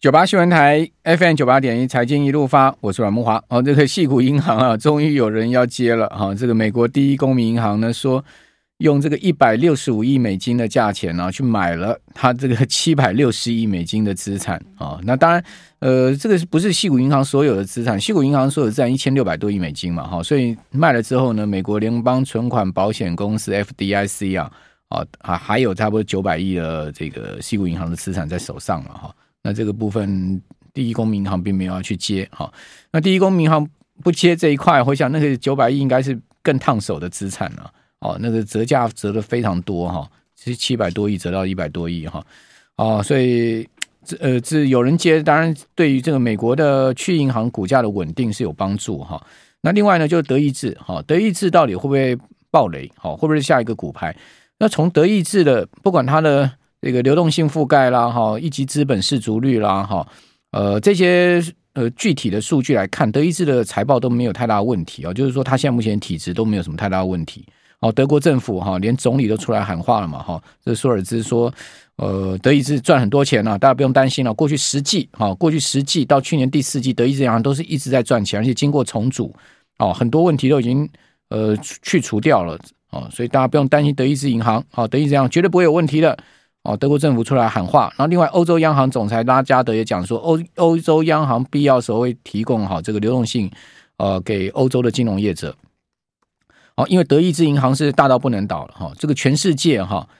98新闻台 FM98.1 财经一路发，我是阮慕骅。这个矽谷银行啊，终于有人要接了哈。这个美国第一公民银行呢，说用这个165亿美金的价钱呢，去买了它这个760亿美金的资产啊。那当然，这个不是矽谷银行所有的资产，矽谷银行所有的资产1600多亿美金嘛，哈，所以卖了之后呢，美国联邦存款保险公司 FDIC 还有差不多900亿的这个矽谷银行的资产在手上了哈。那这个部分，第一公民银行并没有要去接哈。那第一公民银行不接这一块，我想那个900亿应该是更烫手的资产了。那个折价折得非常多哈，是700多亿折到100多亿哈。所以有人接，当然对于这个美国的区域银行股价的稳定是有帮助哈。那另外呢，就是德意志哈，德意志到底会不会爆雷？会不会是下一个骨牌？那从德意志的不管它的这个流动性覆盖啦，一级资本市足率啦，这些具体的数据来看，德意志的财报都没有太大问题就是说它现在目前体质都没有什么太大问题。德国政府连总理都出来喊话了嘛，这索尔兹说，德意志赚很多钱大家不用担心了。过去10季到去年第4季，德意志银行都是一直在赚钱，而且经过重组很多问题都已经去除掉了所以大家不用担心德意志银行德意志银行绝对不会有问题的。德国政府出来喊话，然后另外欧洲央行总裁拉加德也讲说，欧洲央行必要时候会提供这个流动性给欧洲的金融业者。因为德意志银行是大到不能倒了这个全世界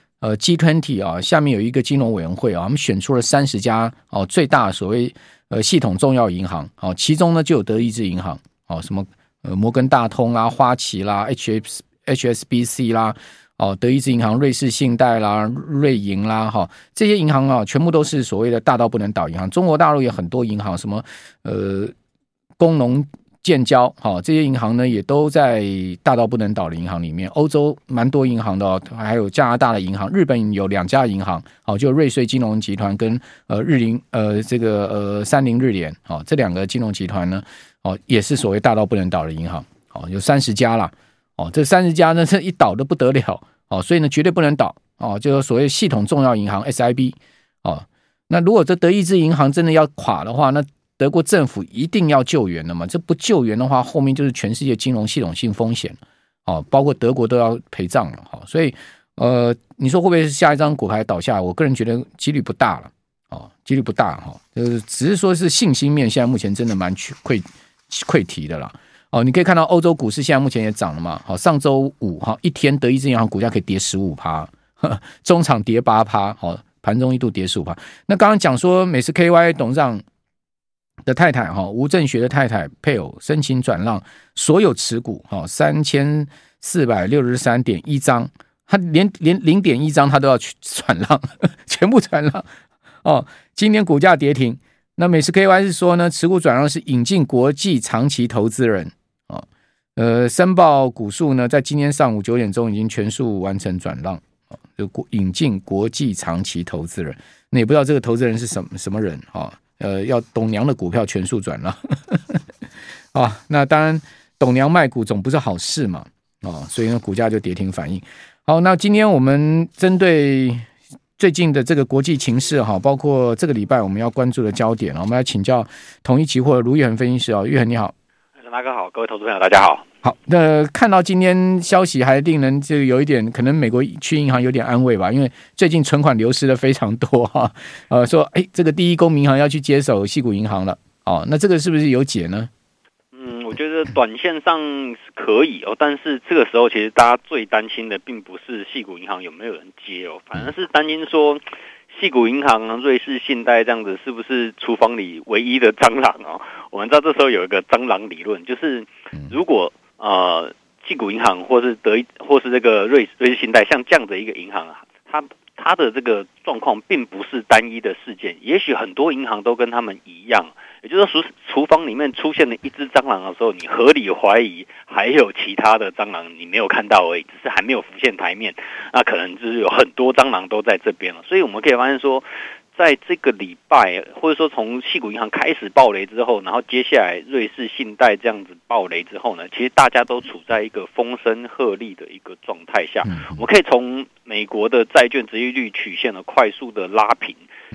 G20 下面有一个金融委员会他们选出了30家最大的所谓系统重要银行其中呢就有德意志银行什么摩根大通啦、花旗啦、HSBC 啦。德意志银行、瑞士信贷啦、瑞银啦，这些银行全部都是所谓的大到不能倒银行。中国大陆有很多银行，什么工农建交，这些银行呢也都在大到不能倒的银行里面。欧洲蛮多银行的还有加拿大的银行，日本有2家银行，就瑞穗金融集团跟三菱日联，这2个金融集团呢，也是所谓大到不能倒的银行，有30家啦。这30家呢，这一倒都不得了所以呢绝对不能倒就是所谓系统重要银行 SIB 那如果这德意志银行真的要垮的话，那德国政府一定要救援了嘛？这不救援的话，后面就是全世界金融系统性风险包括德国都要赔账了所以你说会不会是下一张股牌倒下来？我个人觉得几率不大了几率不大只是说是信心面，现在目前真的蛮溃堤的啦。你可以看到欧洲股市现在目前也涨了嘛。上周五一天德意志银行股价可以跌 15%， 中场跌 8%， 盘中一度跌 15%。那刚刚讲说美食 KY 董事长的太太吴正学的太太配偶申请转让所有持股3463.1张，他连 0.1 张他都要去转让全部转让今天股价跌停。那美食 KY 是说呢，持股转让是引进国际长期投资人申报股数呢，在今天上午9点钟已经全数完成转让就引进国际长期投资人。那也不知道这个投资人是什么人要董娘的股票全数转让那当然董娘卖股总不是好事嘛所以呢股价就跌停反应。好，那今天我们针对最近的这个国际情势包括这个礼拜我们要关注的焦点，我们来请教统一期货的卢玉衡分析师玉衡你好。 大哥好，各位投资朋友大家好。 好，那看到今天消息还令人就有一点，可能美国区银行有点安慰吧，因为最近存款流失的非常多说这个第一公民银行要去接手矽谷银行了那这个是不是有解呢？ 我觉得短线上是可以但是这个时候其实大家最担心的并不是矽谷银行有没有人接反而是担心说矽谷银行、瑞士信贷这样子是不是厨房里唯一的蟑螂我们知道这时候有一个蟑螂理论，就是如果矽谷银行或是这个瑞士信贷像这样的一个银行它的这个状况并不是单一的事件，也许很多银行都跟他们一样，也就是说厨房里面出现了一只蟑螂的时候，你合理怀疑还有其他的蟑螂你没有看到而已，只是还没有浮现台面，那可能就是有很多蟑螂都在这边了。所以我们可以发现说，在这个礼拜，或者说从矽谷银行开始爆雷之后，然后接下来瑞士信贷这样子爆雷之后呢，其实大家都处在一个风声鹤唳的一个状态下。我们可以从美国的债券殖利率曲线的快速的拉平，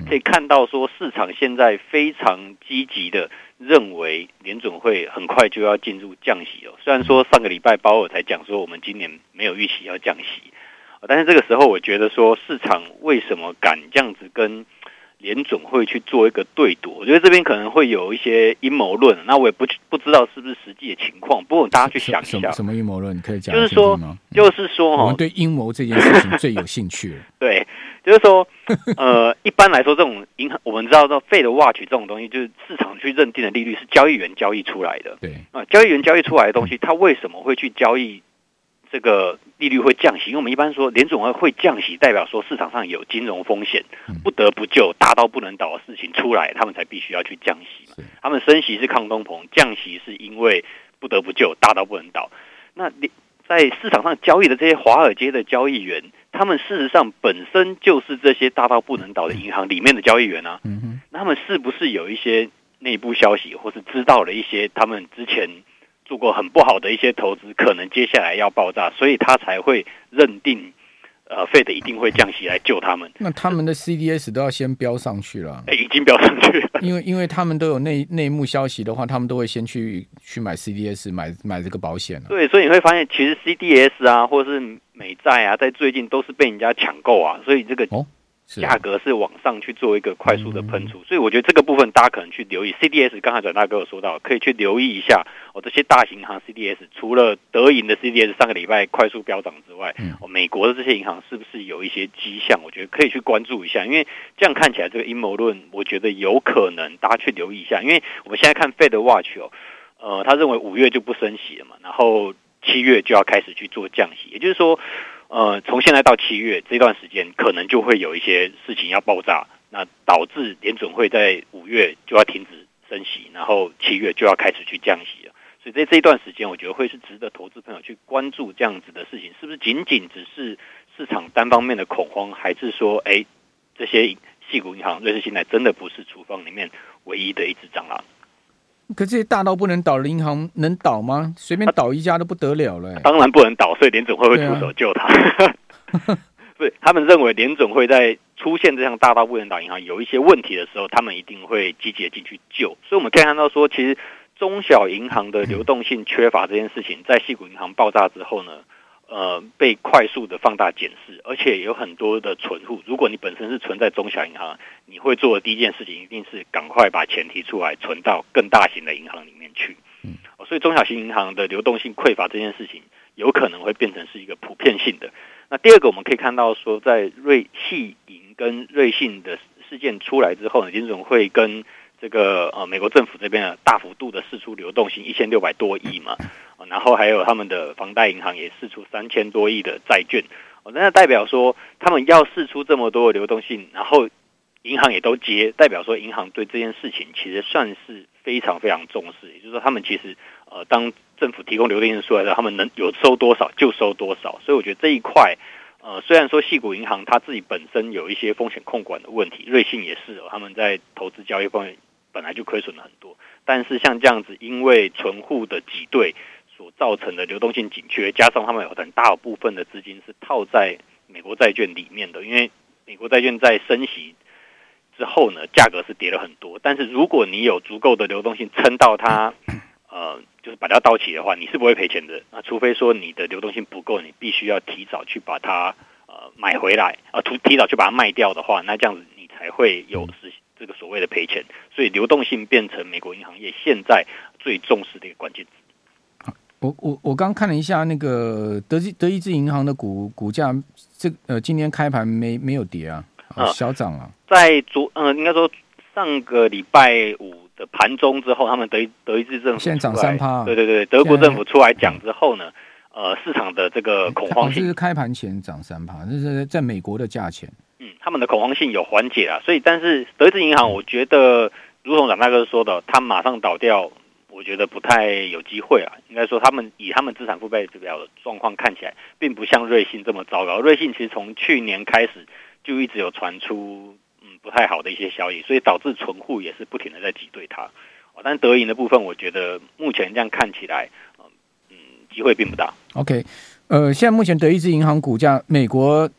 可以看到说市场现在非常积极的认为联准会很快就要进入降息了。虽然说上个礼拜鲍尔才讲说我们今年没有预期要降息，但是这个时候我觉得说市场为什么敢这样子跟联准会去做一个对赌？我觉得这边可能会有一些阴谋论，那我也不知道是不是实际的情况。不过大家去想一下， 什么阴谋论？你可以讲， 就是说， 我们对阴谋这件事情最有兴趣了。 对，就是说，一般来说，这种银行我们知道说Fed Watch 这种东西，就是市场去认定的利率是交易员交易出来的。 对交易员交易出来的东西，他为什么会去交易这个利率会降息？因为我们一般说联准会降息，代表说市场上有金融风险，不得不就大到不能倒的事情出来，他们才必须要去降息嘛。他们升息是抗通膨，降息是因为不得不就大到不能倒。那在市场上交易的这些华尔街的交易员，他们事实上本身就是这些大到不能倒的银行里面的交易员啊。那他们是不是有一些内部消息，或是知道了一些他们之前做过很不好的一些投资，可能接下来要爆炸，所以他才会认定Fed 一定会降息来救他们。 那他们的 CDS 都要先飙上去了， 已经飙上去了。 因为他们都有内幕消息的话，他们都会先去买 CDS 买这个保险。 对，所以你会发现，其实 CDS 啊，或是美债啊，在最近都是被人家抢购啊，所以这个价格是往上去做一个快速的喷出，所以我觉得这个部分大家可能去留意 CDS。刚才转大哥有说到，可以去留意一下这些大型银行 CDS， 除了德银的 CDS 上个礼拜快速飙涨之外，美国的这些银行是不是有一些迹象？我觉得可以去关注一下，因为这样看起来这个阴谋论，我觉得有可能大家去留意一下。因为我们现在看 Fed Watch 他认为5月就不升息了嘛，然后7月就要开始去做降息，也就是说。从现在到7月这段时间，可能就会有一些事情要爆炸，那导致联准会在5月就要停止升息，然后7月就要开始去降息了。所以在这一段时间，我觉得会是值得投资朋友去关注这样子的事情，是不是仅仅只是市场单方面的恐慌，还是说，这些矽谷银行、瑞士信贷真的不是处方里面唯一的一只蟑螂？ 可这些大到不能倒的银行能倒吗？随便倒一家都不得了了。 当然不能倒，所以联准会出手救他。所以他们认为联准会在出现这样大到不能倒银行有一些问题的时候，他们一定会积极的进去救。所以我们可以看到说，其实中小银行的流动性缺乏这件事情，在矽谷银行爆炸之后呢，被快速的放大检视，而且有很多的存户，如果你本身是存在中小银行，你会做的第一件事情一定是赶快把钱提出来存到更大型的银行里面去。所以中小型银行的流动性匮乏这件事情，有可能会变成是一个普遍性的。那第二个，我们可以看到说，在矽银跟瑞信的事件出来之后呢，联准会跟这个美国政府这边大幅度的释出流动性1600多亿嘛，然后还有他们的房贷银行也释出3000多亿的债券，那代表说他们要释出这么多的流动性，然后银行也都接，代表说银行对这件事情其实算是非常非常重视，也就是说他们其实当政府提供流动性出来的，他们能有收多少就收多少，所以我觉得这一块虽然说矽谷银行它自己本身有一些风险控管的问题，瑞信也是他们在投资交易方面本来就亏损了很多，但是像这样子因为存户的挤兑所造成的流动性紧缺，加上他们有很大部分的资金是套在美国债券里面的，因为美国债券在升息之后呢，价格是跌了很多，但是如果你有足够的流动性撑到它就是把它到期的话，你是不会赔钱的。除非说你的流动性不够，你必须要提早去把它买回来提早去把它卖掉的话，那这样子你才会有这个所谓的赔钱。所以流动性变成美国银行业现在最重视的一个关键字。 我刚看了一下那个德意志银行的股价，今天开盘没有跌啊，小涨啊。 在应该说上个礼拜五的盘中之后，他们德意志政府现在涨3%， 对对对，德国政府出来讲之后呢，市场的这个恐慌性是开盘前涨3%，这是在美国的价钱。 他们的恐慌性有缓解啦，所以但是德意志银行，我觉得如同阮大哥说的，它马上倒掉，我觉得不太有机会啊。应该说以他们资产负债表的状况看起来，并不像瑞信这么糟糕。瑞信其实从去年开始就一直有传出不太好的一些消息，所以导致存户也是不停的在挤兑它。但是德银的部分，我觉得目前这样看起来，机会并不大。 OK，现在目前德意志银行股价，美国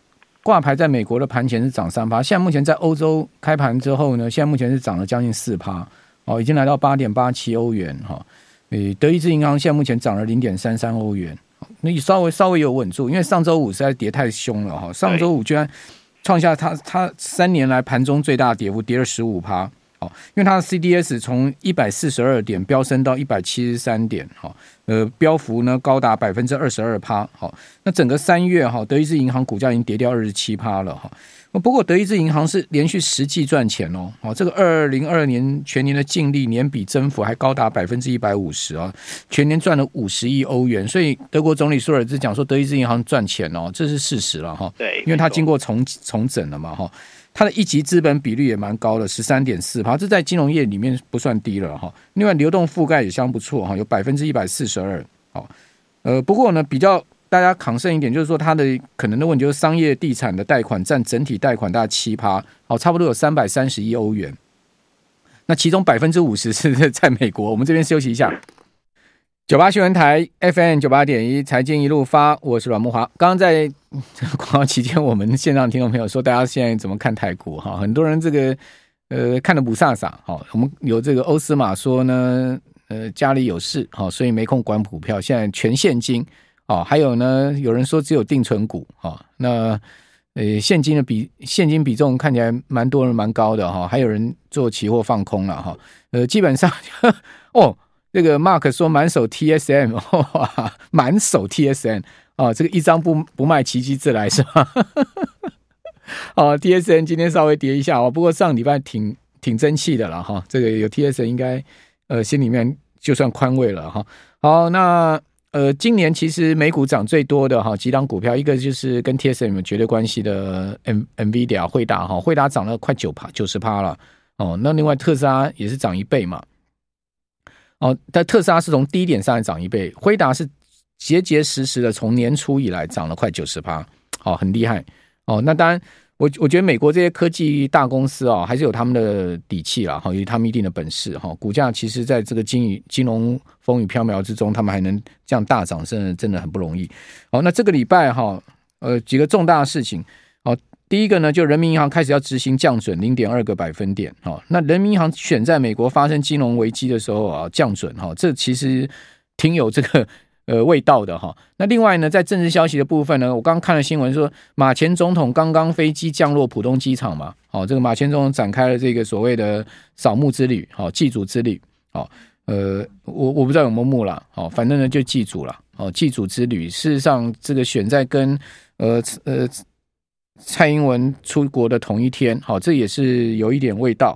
挂牌在美国的盘前是涨3%，现在目前在欧洲开盘之后呢，现在目前是涨了将近4%，已经来到8.87欧元哈。德意志银行现在目前涨了0.33欧元，那稍微有稳住，因为上周五实在跌太凶了哈，上周五居然创下它3年来盘中最大的跌幅，跌了15%。因为它的 CDS 从142点飙升到173点，标幅呢高达22%。那整个3月德意志银行股价已经跌掉27%了。不过德意志银行是连续10季赚钱哦，这个2022年全年的净利年比增幅还高达150%啊，全年赚了50亿欧元，所以德国总理舒尔兹讲说德意志银行赚钱哦，这是事实了哈。 对， 因为它经过重整了嘛哈。它的一级资本比率也蛮高的，13.4%，这在金融业里面不算低了哈。另外流动覆盖也相当不错哈，有142%。不过呢，比较大家抗胜一点，就是说它的可能的问题就是商业地产的贷款占整体贷款大概7%，差不多有330亿欧元。那其中50%是在美国。我们这边休息一下。98新闻台 FM 98.1财经一路发，我是阮慕骅。刚刚在广告期间，我们线上听众朋友说，大家现在怎么看台股哈？很多人这个看得不飒飒。我们有这个欧斯玛说呢，家里有事所以没空管股票，现在全现金。还有呢，有人说只有定存股那现金比重看起来蛮多人蛮高的还有人做期货放空了基本上这个 Mark 说满手 TSM， 满手 TSM 这个一张不卖奇迹自来是吧？TSM 今天稍微跌一下不过上礼拜挺争气的了这个有 TSM 应该心里面就算宽慰了好，那今年其实美股涨最多的几档股票，一个就是跟 TSM 有绝对关系的 NVIDIA 辉达涨了快90%了那另外特斯拉也是涨1倍嘛。但特斯拉是从低点上来涨1倍，辉达是结实的从年初以来涨了快90%，很厉害那当然我觉得美国这些科技大公司还是有他们的底气啦有他们一定的本事股价其实在这个金融风雨飘渺之中，他们还能这样大涨，真的很不容易那这个礼拜几个重大的事情第一个呢，就人民银行开始要执行降准0.2个百分点那人民银行选在美国发生金融危机的时候降准这其实挺有这个味道的那另外呢，在政治消息的部分呢，我刚刚看了新闻说，马前总统刚飞机降落浦东机场嘛这个马前总统展开了这个所谓的扫墓之旅祭祖之旅我不知道有没有墓啦反正呢就祭祖啦祭祖之旅，事实上这个选在跟蔡英文出国的同一天这也是有一点味道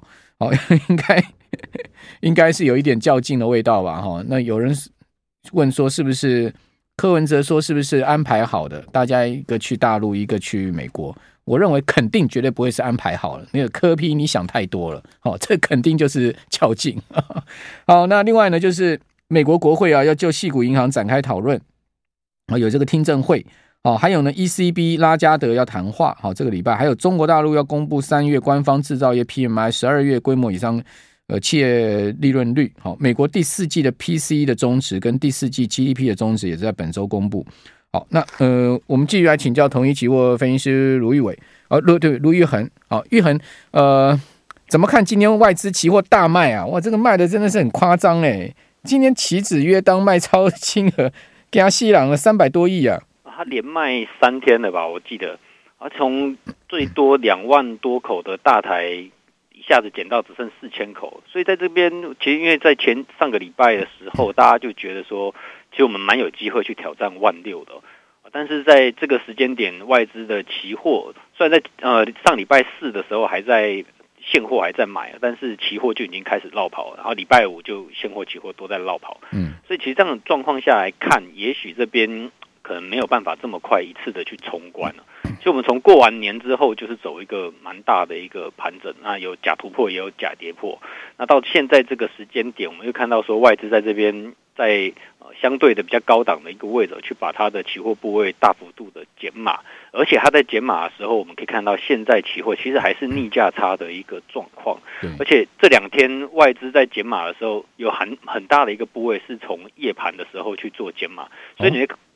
应该是有一点较劲的味道吧那有人问说是不是柯文哲说是不是安排好的，大家一个去大陆一个去美国，我认为肯定绝对不会是安排好了，那个柯 P 你想太多了这肯定就是较劲好，那另外呢就是美国国会要就矽谷银行展开讨论有这个听证会还有呢 ECB 拉加德要谈话这个礼拜，还有中国大陆要公布3月官方制造业 PMI， 12月规模以上企业利润率美国第4季的 PCE 的终值跟第4季 GDP 的终值也是在本周公布那我们继续来请教统一期货分析师卢玉伟卢玉衡玉衡怎么看今天外资期货大卖哇这个卖的真的是很夸张今天期指约当卖超金额给他吸朗了300多亿他连卖3天了吧，我记得从最多2万多口的大台一下子减到只剩4000口，所以在这边其实因为在上个礼拜的时候，大家就觉得说其实我们蛮有机会去挑战16000的但是在这个时间点，外资的期货虽然在上礼拜4的时候还在现货还在买，但是期货就已经开始落跑了，然后礼拜5就现货期货都在落跑所以其实这样的状况下来看，也许这边可能没有办法这么快一次的去冲关了所以我们从过完年之后就是走一个蛮大的一个盘整，那有假突破也有假跌破，那到现在这个时间点，我们又看到说外资在这边在相对的比较高档的一个位置去把它的期货部位大幅度的减码，而且它在减码的时候，我们可以看到现在期货其实还是逆价差的一个状况，而且这2天外资在减码的时候有很大的一个部位是从夜盘的时候去做减码，所以你会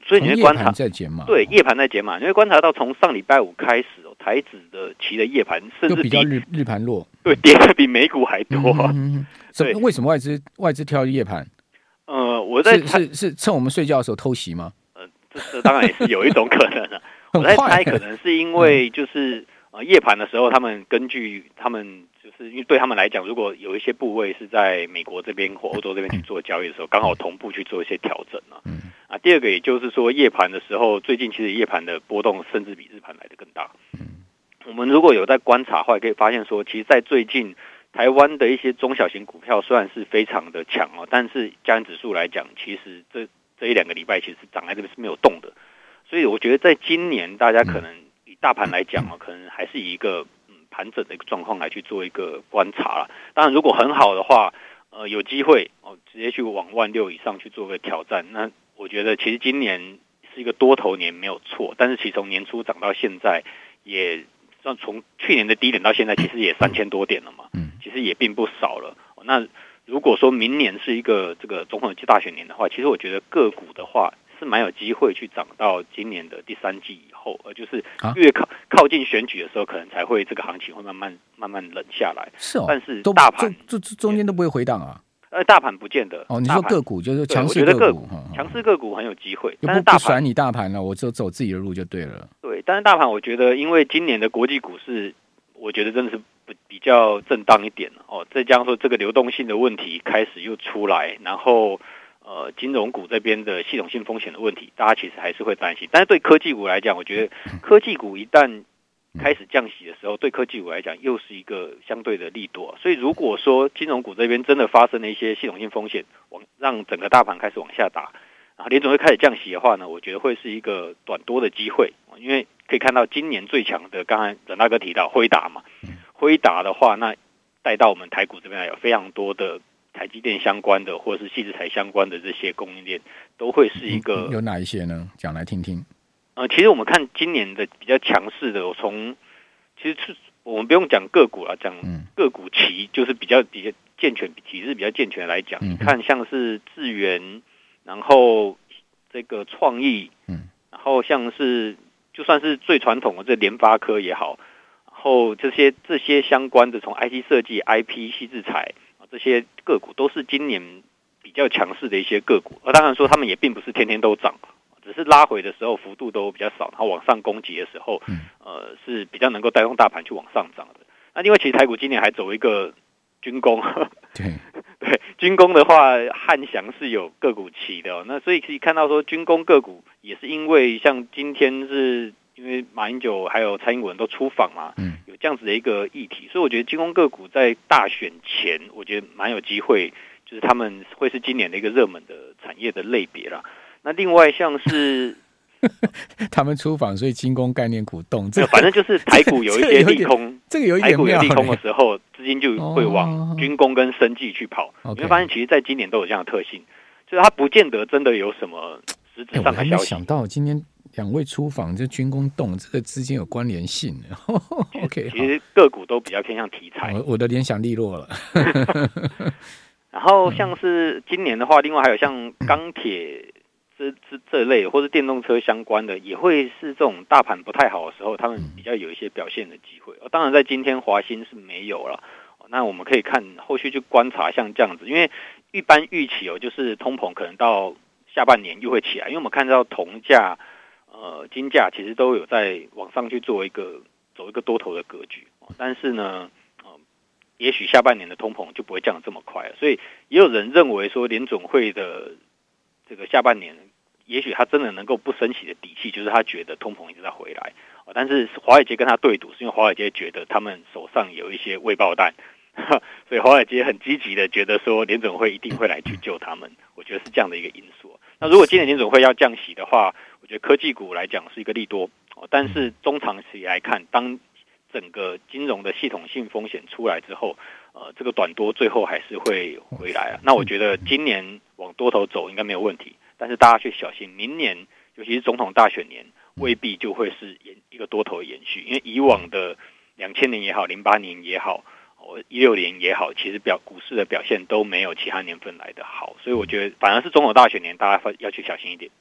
所以你会观察在减码， 对，夜盘在减码，你会观察到从上礼拜五开始台指的期的夜盘甚至比较日盘弱， 对，跌的比美股还多。 对，为什么外资挑夜盘？ 我在是趁我们睡觉的时候偷袭吗？ 这当然也是有一种可能啊。我在猜，可能是因为就是夜盘的时候，他们根据他们就是因为对他们来讲，如果有一些部位是在美国这边或欧洲这边去做交易的时候，刚好同步去做一些调整啊。第二个，也就是说夜盘的时候，最近其实夜盘的波动甚至比日盘来的更大。我们如果有在观察的话，可以发现说，其实，在最近台湾的一些中小型股票虽然是非常的强但是加权指数来讲，其实这一两个礼拜其实涨在这边是没有动的。所以我觉得在今年，大家可能以大盘来讲可能还是以一个盘整的一个状况来去做一个观察啦。当然，如果很好的话，有机会直接去往16000以上去做个挑战。那我觉得其实今年是一个多头年没有错，但是其实从年初涨到现在，也从去年的低点到现在，其实也3000多点了嘛，其实也并不少了。那如果说明年是一个这个总统大选年的话，其实我觉得个股的话是蛮有机会去涨到今年的第3季以后，就是越靠近选举的时候，可能才会这个行情会慢慢冷下来。 是但是大盘中间都不会回档啊。 大盘不见得你说个股就是强势个股， 强势个股很有机会， 但是不甩你大盘了，我就走自己的路就对了。 对，但是大盘我觉得，因为今年的国际股市，我觉得真的是比较震荡一点再加上说这个流动性的问题开始又出来，然后金融股这边的系统性风险的问题，大家其实还是会担心。但是对科技股来讲，我觉得科技股一旦开始降息的时候，对科技股来讲又是一个相对的利多。所以如果说金融股这边真的发生了一些系统性风险，让整个大盘开始往下打，然后联总会开始降息的话呢，我觉得会是一个短多的机会。因为可以看到今年最强的，刚才任大哥提到辉达嘛，辉达的话，那带到我们台股这边来有非常多的台积电相关的或者是矽智财相关的这些供应链，都会是一个有哪一些呢？讲来听听。 其实我们看今年的比较强势的，其实是我们不用讲个股了，讲个股期就是比较健全，体制比较健全来讲，你看像是智原，然后这个创意，然后像是就算是最传统的这联发科也好，然后这些相关的从 IC 设计、IP、矽智财这些个股都是今年比较强势的一些个股，当然说他们也并不是天天都涨。只是拉回的时候幅度都比较少，然后往上攻击的时候，是比较能够带动大盘去往上涨的。那另外，其实台股今年还走一个军工，对军工的话，汉翔是有个股期的那所以可以看到说，军工个股也是因为像今天是因为马英九还有蔡英文都出访嘛，有这样子的一个议题，所以我觉得军工个股在大选前，我觉得蛮有机会，就是他们会是今年的一个热门的产业的类别啦。那另外像是他们出访，所以军工概念股动， 反正就是台股有一些利空， 这个有一点妙。台股有利空的时候，资金就会往军工跟生技去跑。你会发现，其实，在今年都有这样的特性，就是它不见得真的有什么实质上的消息。 我还没想到今天2位出访，这军工动，这个之间有关联性。OK， 其实个股都比较偏向题材。 我的联想利落了。 然后像是今年的话，另外还有像钢铁。这类或是电动车相关的，也会是这种大盘不太好的时候，他们比较有一些表现的机会。当然，在今天华兴是没有了。那我们可以看后续去观察，像这样子，因为一般预期就是通膨可能到下半年又会起来，因为我们看到铜价、金价其实都有在往上去走一个多头的格局。但是呢，也许下半年的通膨就不会降得这么快了。所以也有人认为说，联准会的这个下半年。也许他真的能够不升息的底气，就是他觉得通膨一直在回来，但是华尔街跟他对赌，是因为华尔街觉得他们手上有一些未爆弹，所以华尔街很积极的觉得说联准会一定会来去救他们，我觉得是这样的一个因素。那如果今年联准会要降息的话，我觉得科技股来讲是一个利多，但是中长期来看，当整个金融的系统性风险出来之后，这个短多最后还是会回来那我觉得今年往多头走应该没有问题。但是大家去小心，明年尤其是总统大选年，未必就会是一个多头的延续，因为以往的2000年也好，08年也好，16年也好，其实股市的表现都没有其他年份来的好，所以我觉得反而是总统大选年，大家要去小心一点。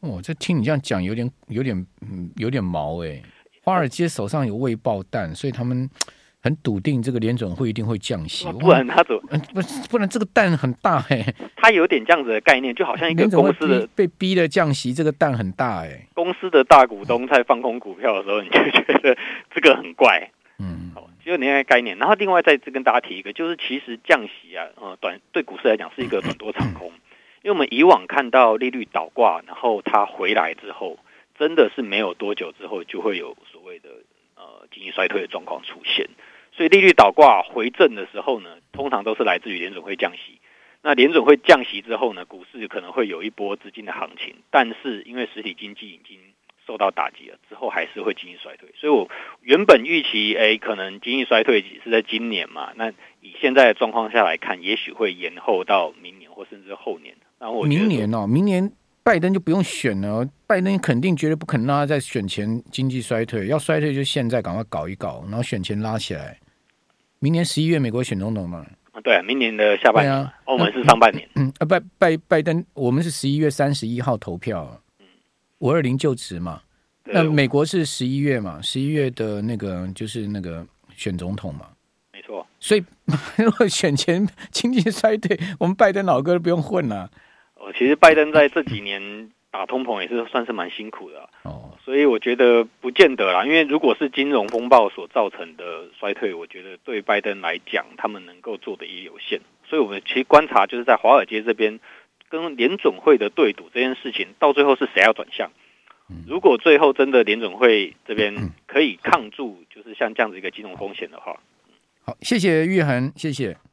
这听你这样讲有点毛哎。华尔街手上有未爆弹，所以他们很笃定这个联准会一定会降息， 不然他怎么不然这个蛋很大哎， 他有点这样子的概念，就好像一个公司的被逼的降息，这个蛋很大哎。 公司的大股东在放空股票的时候，你就觉得这个很怪，好，就有那个概念。然后另外再跟大家提一个，就是其实降息啊，对股市来讲是一个短多长空，因为我们以往看到利率倒挂，然后它回来之后，真的是没有多久之后就会有所谓的经济衰退的状况出现。所以利率倒挂回正的时候呢，通常都是来自于联准会降息。那联准会降息之后呢，股市可能会有一波资金的行情，但是因为实体经济已经受到打击了，之后还是会经济衰退。所以我原本预期，可能经济衰退是在今年嘛，那以现在的状况下来看，也许会延后到明年或甚至后年。然后我觉得明年拜登就不用选了，拜登肯定绝对不可能让他在选前经济衰退，要衰退就现在赶快搞一搞，然后选前拉起来。明年11月美国选总统嘛？ 对，明年的下半年，我们是上半年。 拜登，我们是11月31号投票，520就职嘛。那美国是11月嘛？11月的那个就是那个选总统嘛。 没错。 所以如果选前经济衰退，我们拜登老哥都不用混了。 其实拜登在这几年打通膨也是算是蛮辛苦的所以我觉得不见得啦，因为如果是金融风暴所造成的衰退，我觉得对拜登来讲，他们能够做的也有限。所以我们其实观察就是在华尔街这边跟联准会的对赌这件事情，到最后是谁要转向？如果最后真的联准会这边可以抗住，就是像这样子一个金融风险的话， 好，谢谢玉衡，谢谢。